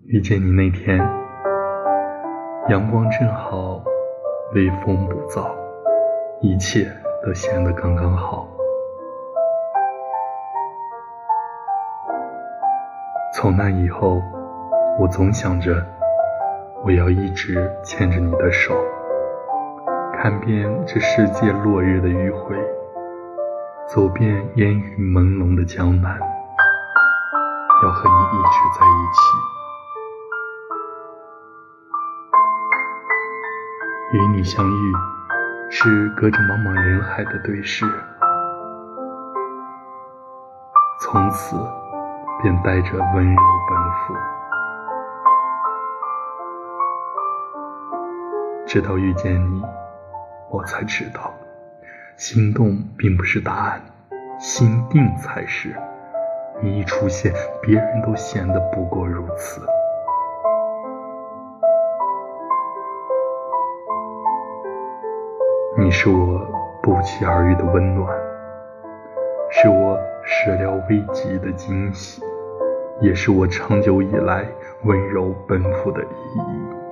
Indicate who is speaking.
Speaker 1: 遇见你那天，阳光正好，微风不燥，一切都显得刚刚好。从那以后，我总想着我要一直牵着你的手，看遍这世界落日的余晖，走遍烟雨朦胧的江南，要和你一直在一起。与你相遇，是隔着茫茫人海的对视，从此便带着温柔奔赴。直到遇见你，我才知道，心动并不是答案，心定才是。你一出现，别人都显得不过如此。你是我不期而遇的温暖，是我始料未及的惊喜，也是我长久以来温柔奔赴的意义。